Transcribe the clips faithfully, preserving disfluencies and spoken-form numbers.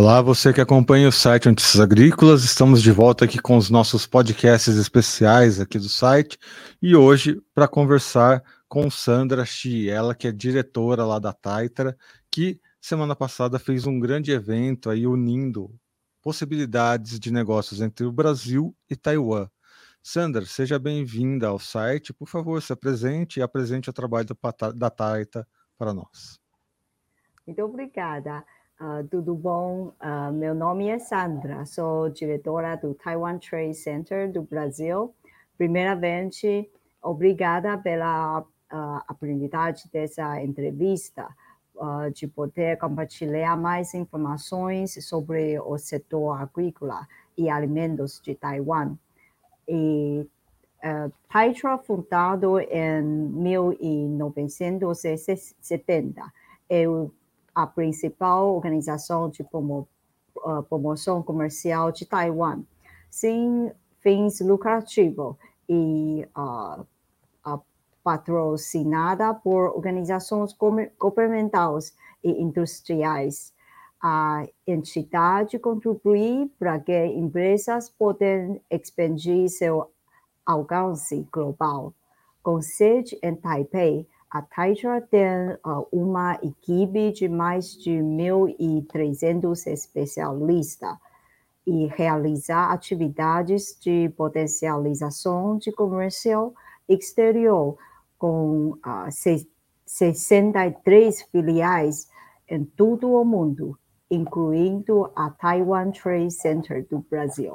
Olá, você que acompanha o site Notícias Agrícolas, estamos de volta aqui com os nossos podcasts especiais aqui do site e hoje para conversar com Sandra Shi, ela que é diretora lá da Taitra, que semana passada fez um grande evento aí unindo possibilidades de negócios entre o Brasil e Taiwan. Sandra, seja bem-vinda ao site, por favor, se apresente e apresente o trabalho da Taitra para nós. Muito obrigada. Uh, tudo bom? Uh, meu nome é Sandra, sou diretora do Taiwan Trade Center do Brasil. Primeiramente, obrigada pela uh, oportunidade dessa entrevista, uh, de poder compartilhar mais informações sobre o setor agrícola e alimentos de Taiwan. E uh, Taitra, fundado em mil novecentos e setenta, é o a principal organização de promo, uh, promoção comercial de Taiwan, sem fins lucrativos e uh, uh, patrocinada por organizações governamentais e industriais. A entidade contribui para que empresas possam expandir seu alcance global. Com sede em Taipei, a Taitra tem uh, uma equipe de mais de mil e trezentos especialistas e realiza atividades de potencialização de comércio exterior com uh, sessenta e três filiais em todo o mundo, incluindo a Taiwan Trade Center do Brasil.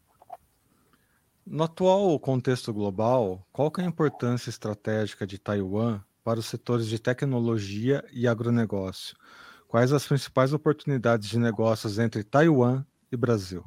No atual contexto global, qual que é a importância estratégica de Taiwan para os setores de tecnologia e agronegócio? Quais as principais oportunidades de negócios entre Taiwan e Brasil?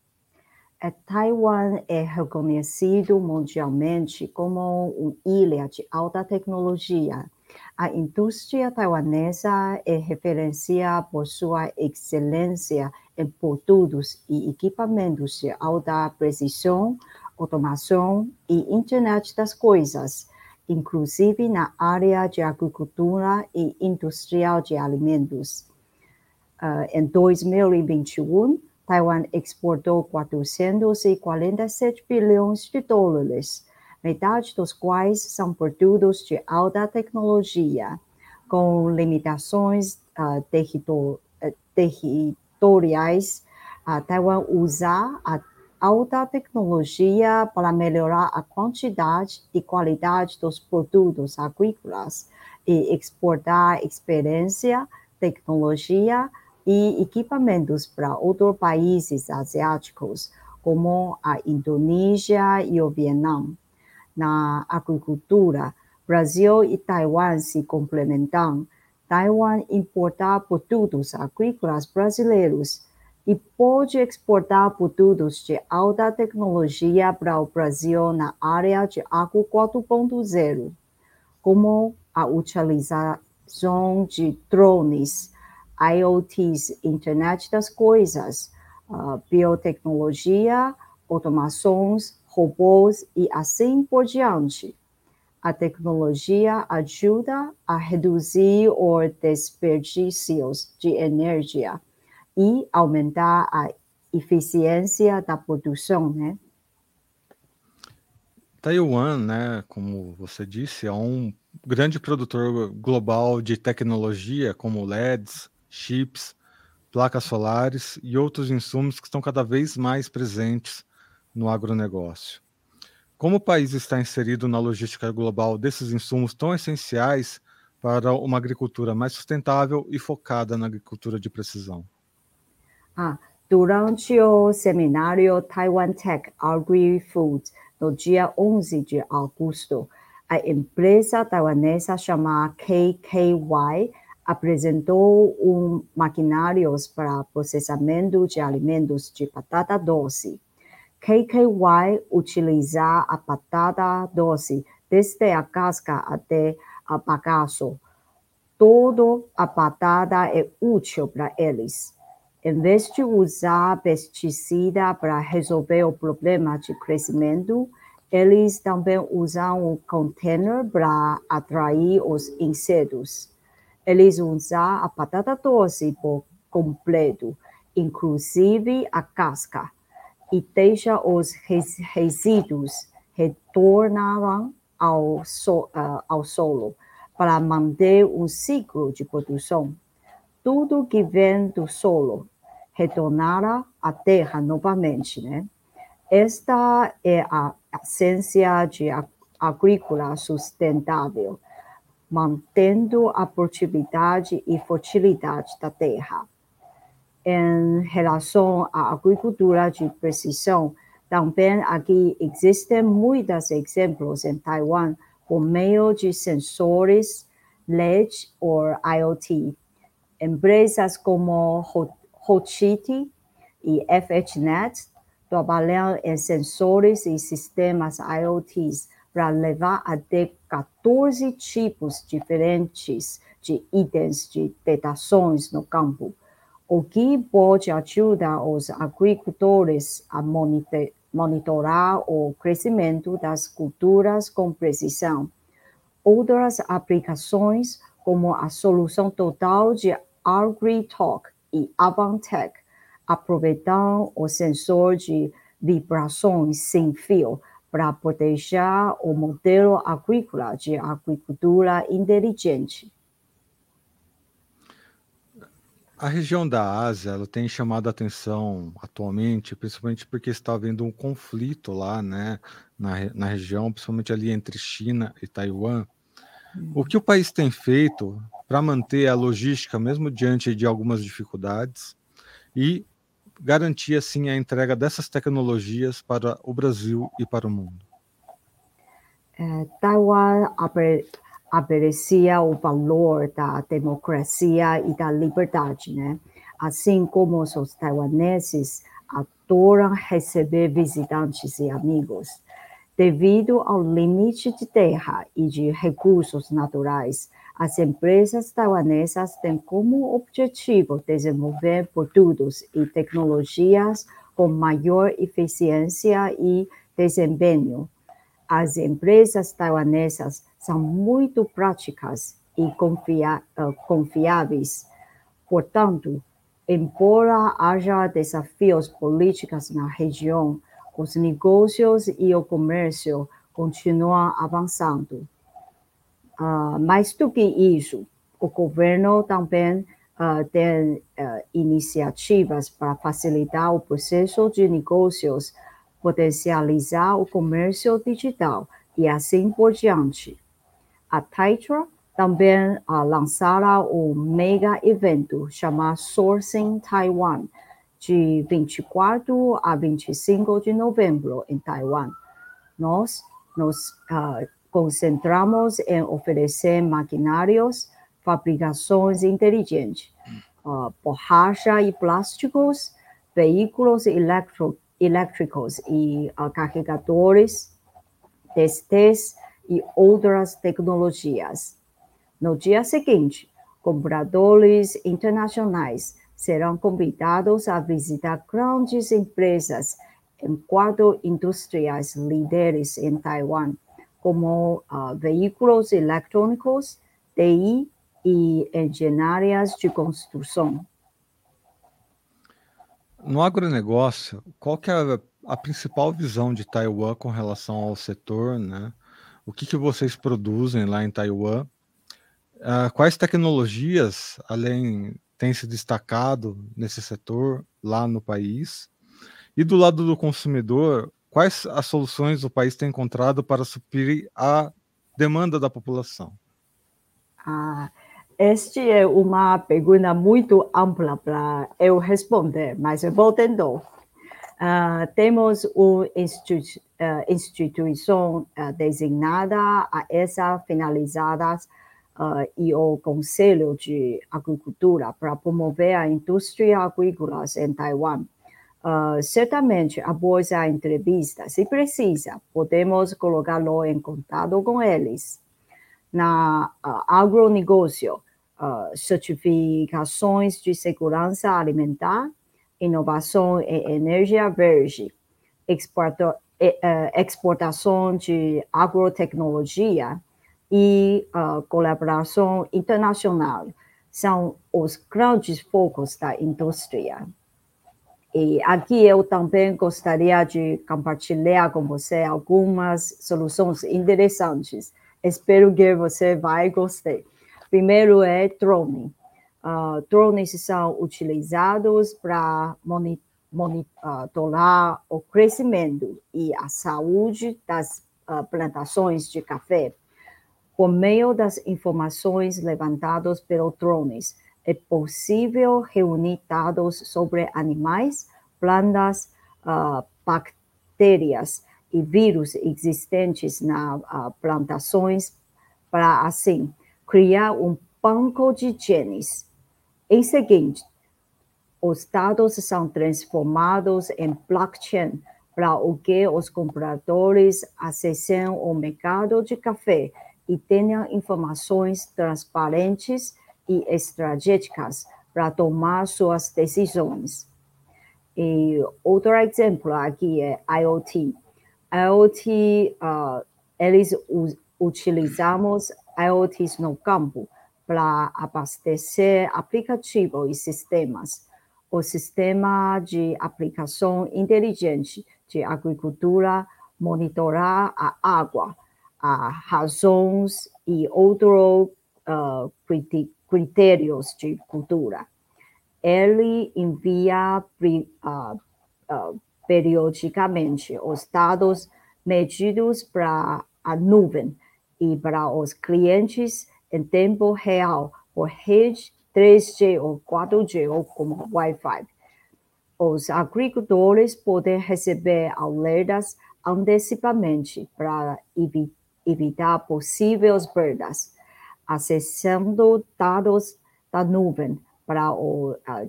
A Taiwan é reconhecido mundialmente como uma ilha de alta tecnologia. A indústria taiwanesa é referência por sua excelência em produtos e equipamentos de alta precisão, automação e internet das coisas, inclusive na área de agricultura e industrial de alimentos. Uh, em dois mil e vinte e um, Taiwan exportou quatrocentos e quarenta e sete bilhões de dólares, metade dos quais são produtos de alta tecnologia, com limitações uh, territor uh, territoriais. Uh, Taiwan usa a alta tecnologia para melhorar a quantidade e qualidade dos produtos agrícolas e exportar experiência, tecnologia e equipamentos para outros países asiáticos, como a Indonésia e o Vietnã. Na agricultura, Brasil e Taiwan se complementam. Taiwan importa produtos agrícolas brasileiros e pode exportar produtos de alta tecnologia para o Brasil na área de agro quatro ponto zero, como a utilização de drones, IoTs, Internet das Coisas, uh, biotecnologia, automações, robôs e assim por diante. A tecnologia ajuda a reduzir os desperdícios de energia e aumentar a eficiência da produção, né? Taiwan, né, como você disse, é um grande produtor global de tecnologia, como L E Ds, chips, placas solares e outros insumos que estão cada vez mais presentes no agronegócio. Como o país está inserido na logística global desses insumos tão essenciais para uma agricultura mais sustentável e focada na agricultura de precisão? Ah, durante o seminário Taiwan Tech Agri-Food, no dia onze de agosto, a empresa taiwanesa chamada K K Y apresentou um maquinários para processamento de alimentos de batata doce. K K Y utiliza a batata doce desde a casca até o bagaço. Toda a batata é útil para eles. Em vez de usar pesticida para resolver o problema de crescimento, eles também usam um container para atrair os insetos. Eles usam a batata doce por completo inclusive a casca, e deixa os resíduos retornarem ao, so, uh, ao solo para manter um ciclo de produção. Tudo que vem do solo retornará à terra novamente, né? Esta é a essência de agrícola sustentável, mantendo a produtividade e fertilidade da terra. Em relação à agricultura de precisão, também aqui existem muitos exemplos em Taiwan por meio de sensores L E D ou I O T. Empresas como Hochiti e F H Net trabalham em sensores e sistemas I O Ts para levar até quatorze tipos diferentes de itens de datações no campo, o que pode ajudar os agricultores a monitorar o crescimento das culturas com precisão. Outras aplicações, como a solução total de AgriTalk e Avantech, aproveitam o sensor de vibrações sem fio para proteger o modelo agrícola de agricultura inteligente. A região da Ásia, ela tem chamado a atenção atualmente, principalmente porque está havendo um conflito lá, né, na, na região, principalmente ali entre China e Taiwan. Hum. O que o país tem feito para manter a logística, mesmo diante de algumas dificuldades, e garantir, assim, a entrega dessas tecnologias para o Brasil e para o mundo? É, Taiwan aprecia o valor da democracia e da liberdade, né? Assim como os taiwaneses adoram receber visitantes e amigos. Devido ao limite de terra e de recursos naturais, as empresas taiwanesas têm como objetivo desenvolver produtos e tecnologias com maior eficiência e desempenho. As empresas taiwanesas são muito práticas e confia- uh, confiáveis. Portanto, embora haja desafios políticos na região, os negócios e o comércio continuam avançando. Uh, mais do que isso, o governo também uh, tem uh, iniciativas para facilitar o processo de negócios, potencializar o comércio digital e assim por diante. A Taitra também uh, lançará um mega evento chamado Sourcing Taiwan, de vinte e quatro a vinte e cinco de novembro em Taiwan. Nós nos uh, concentramos em oferecer maquinários, fabricações inteligentes, uh, borracha e plásticos, veículos eletro, elétricos e uh, carregadores, testes e outras tecnologias. No dia seguinte, compradores internacionais serão convidados a visitar grandes empresas em quadros industriais líderes em Taiwan, como uh, veículos eletrônicos, T I e engenharias de construção. No agronegócio, qual que é a, a principal visão de Taiwan com relação ao setor, né? O que, que vocês produzem lá em Taiwan? Uh, quais tecnologias, além, têm se destacado nesse setor lá no país? E do lado do consumidor, quais as soluções o país tem encontrado para suprir a demanda da população? Ah, esta é uma pergunta muito ampla para eu responder, mas eu vou tentar. Uh, temos uma institu uh, instituição uh, designada a essa finalizada uh, e o Conselho de Agricultura para promover a indústria agrícola em Taiwan. Uh, certamente, após a entrevista, se precisa, podemos colocá-lo em contato com eles. Na uh, agronegócio, uh, certificações de segurança alimentar, inovação em energia verde, exporta, eh, exportação de agrotecnologia e uh, colaboração internacional são os grandes focos da indústria. E aqui eu também gostaria de compartilhar com você algumas soluções interessantes. Espero que você vai gostar. Primeiro é drone. Uh, drones são utilizados para moni monitorar o crescimento e a saúde das uh, plantações de café. Por meio das informações levantadas pelos drones, é possível reunir dados sobre animais, plantas, uh, bactérias e vírus existentes nas uh, plantações para, assim, criar um banco de genes. Em seguida, os dados são transformados em blockchain para o que os compradores acessem o mercado de café e tenham informações transparentes e estratégicas para tomar suas decisões. E outro exemplo aqui é IoT. IoT, uh, eles utilizamos IoTs no campo para abastecer aplicativos e sistemas. O sistema de aplicação inteligente de agricultura monitorar a água, as razões e outros uh, critérios de cultura. Ele envia uh, uh, periodicamente os dados medidos para a nuvem e para os clientes em tempo real por rede três G ou quatro G ou como Wi-Fi. Os agricultores podem receber alertas antecipadamente para evi evitar possíveis perdas, acessando dados da nuvem para o uh,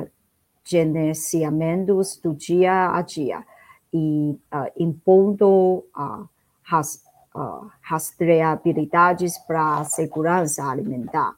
gerenciamento do dia a dia e uh, impondo uh, ras, uh, rastreabilidades para a segurança alimentar.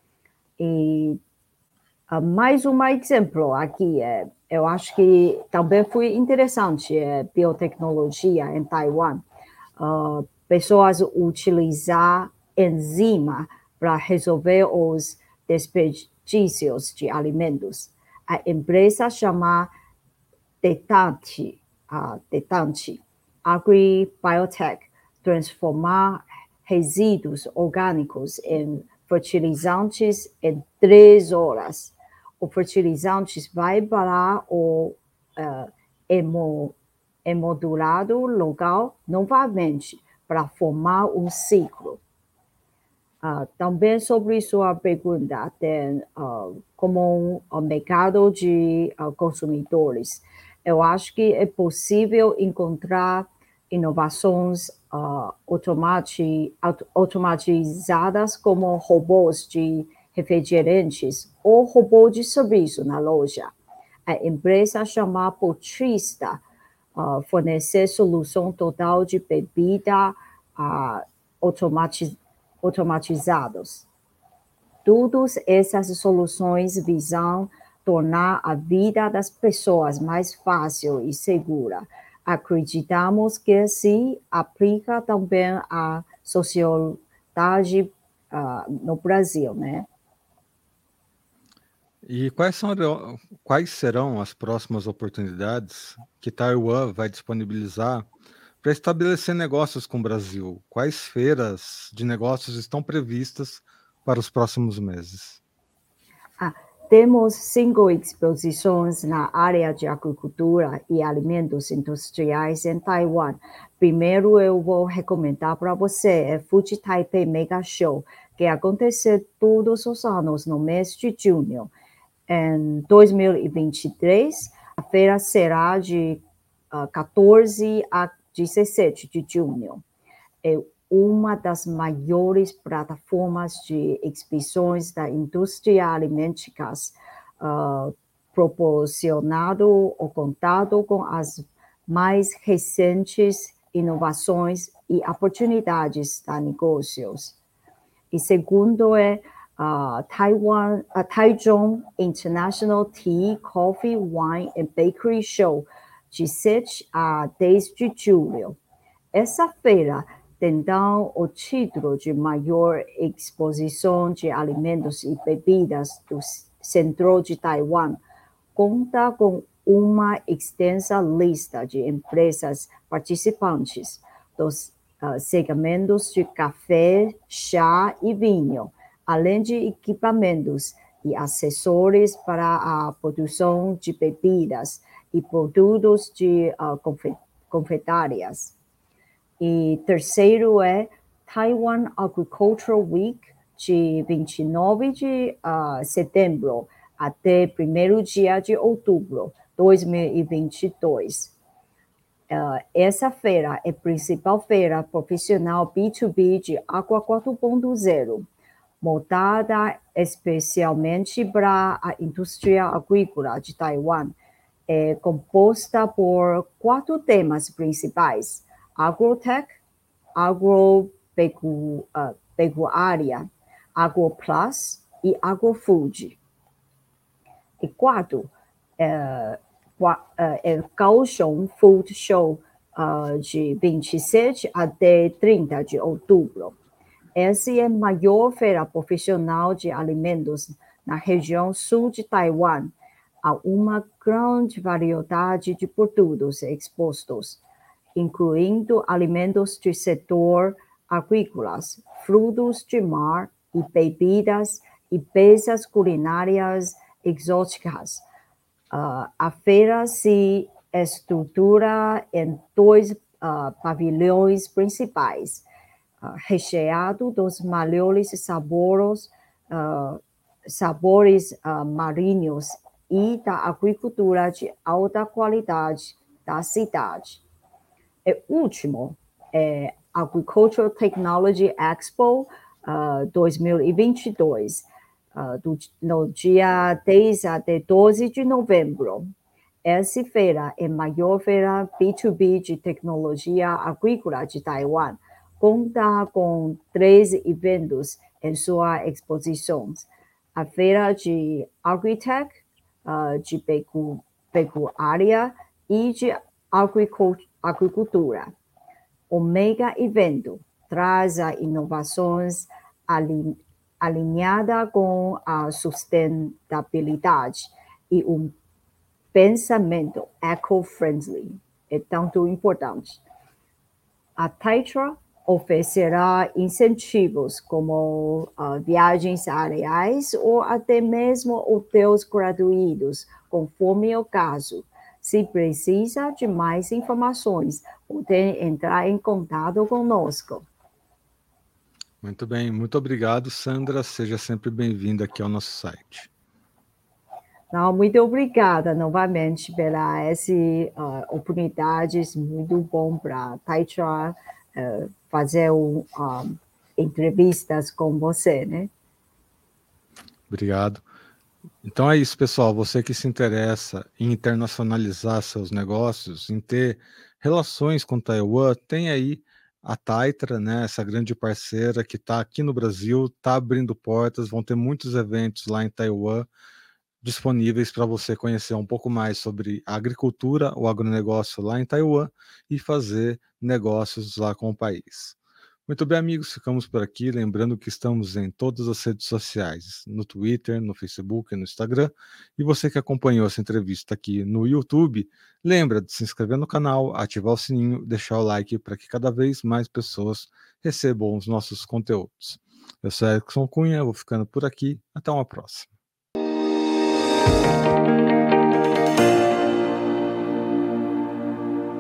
E uh, mais um exemplo aqui, é, eu acho que também foi interessante, é biotecnologia em Taiwan. Uh, pessoas utilizar enzima para resolver os desperdícios de alimentos. A empresa chama Detante, uh, Detante Agri-Biotech, transformar resíduos orgânicos em fertilizantes em três horas. O fertilizante vai para o uh, hemo, hemodulado local novamente para formar um ciclo. Uh, também sobre sua pergunta, tem, uh, como um mercado de uh, consumidores, eu acho que é possível encontrar inovações uh, automati automatizadas como robôs de refrigerantes ou robô de serviço na loja. A empresa chama Potrista uh, fornecer solução total de bebida uh, automatizadas automatizados. Todas essas soluções visam tornar a vida das pessoas mais fácil e segura. Acreditamos que se aplica também à sociedade uh, no Brasil, né? E quais, são, quais serão as próximas oportunidades que Taiwan vai disponibilizar para estabelecer negócios com o Brasil? Quais feiras de negócios estão previstas para os próximos meses? Ah, temos cinco exposições na área de agricultura e alimentos industriais em Taiwan. Primeiro, eu vou recomendar para você é Fuji Taipei Mega Show, que acontece todos os anos no mês de junho. Em dois mil e vinte e três, a feira será de uh, quatorze a dezessete de junho. É uma das maiores plataformas de exibições da indústria alimentícia, uh, proporcionando o contato com as mais recentes inovações e oportunidades de negócios. E segundo é Uh, Taiwan, uh, Taichung International Tea, Coffee, Wine and Bakery Show, de sete a dez de julho. Essa feira terá o título de maior exposição de alimentos e bebidas do centro de Taiwan. Conta com uma extensa lista de empresas participantes dos uh, segmentos de café, chá e vinho, além de equipamentos e acessórios para a produção de bebidas e produtos de uh, confe- confeitarias. E terceiro é Taiwan Agricultural Week, de vinte e nove de uh, setembro até primeiro dia de outubro de dois mil e vinte e dois. Uh, essa feira é a principal feira profissional B dois B de Água quatro ponto zero, montada especialmente para a indústria agrícola de Taiwan. É composta por quatro temas principais: agrotech, agropecuária, agroplus e agrofood. E quarto, é, é Kaohsiung Food Show, uh, de vinte e sete até trinta de outubro. Essa é a maior feira profissional de alimentos na região sul de Taiwan. Há uma grande variedade de produtos expostos, incluindo alimentos do setor agrícolas, frutos de mar e bebidas e peças culinárias exóticas. Uh, a feira se estrutura em dois uh, pavilhões principais, uh, recheado dos melhores sabores, uh, sabores uh, marinhos e da agricultura de alta qualidade da cidade. E último é Agricultural Technology Expo uh, dois mil e vinte e dois, uh, do, no dia dez até doze de novembro. Essa feira é a maior feira B dois B de tecnologia agrícola de Taiwan. Conta com três eventos em sua exposição: a feira de Agritech, uh, de pecu, pecuária e de agricultura. O mega evento traz inovações alinhadas com a sustentabilidade e um pensamento eco-friendly. É tanto importante. A Taitra oferecerá incentivos como uh, viagens aéreas ou até mesmo hotéis gratuitos, conforme o caso. Se precisa de mais informações, pode entrar em contato conosco. Muito bem, muito obrigado, Sandra. Seja sempre bem-vinda aqui ao nosso site. Não, muito obrigada novamente pela essa uh, oportunidade, muito bom para Taitra uh, fazer um, um, entrevistas com você, né? Obrigado. Então é isso, pessoal. Você que se interessa em internacionalizar seus negócios, em ter relações com Taiwan, tem aí a Taitra, né? Essa grande parceira que está aqui no Brasil, está abrindo portas, vão ter muitos eventos lá em Taiwan disponíveis para você conhecer um pouco mais sobre a agricultura, o agronegócio lá em Taiwan e fazer negócios lá com o país. Muito bem, amigos, ficamos por aqui. Lembrando que estamos em todas as redes sociais, no Twitter, no Facebook, no Instagram. E você que acompanhou essa entrevista aqui no YouTube, lembra de se inscrever no canal, ativar o sininho, deixar o like para que cada vez mais pessoas recebam os nossos conteúdos. Eu sou Erickson Cunha, vou ficando por aqui. Até uma próxima.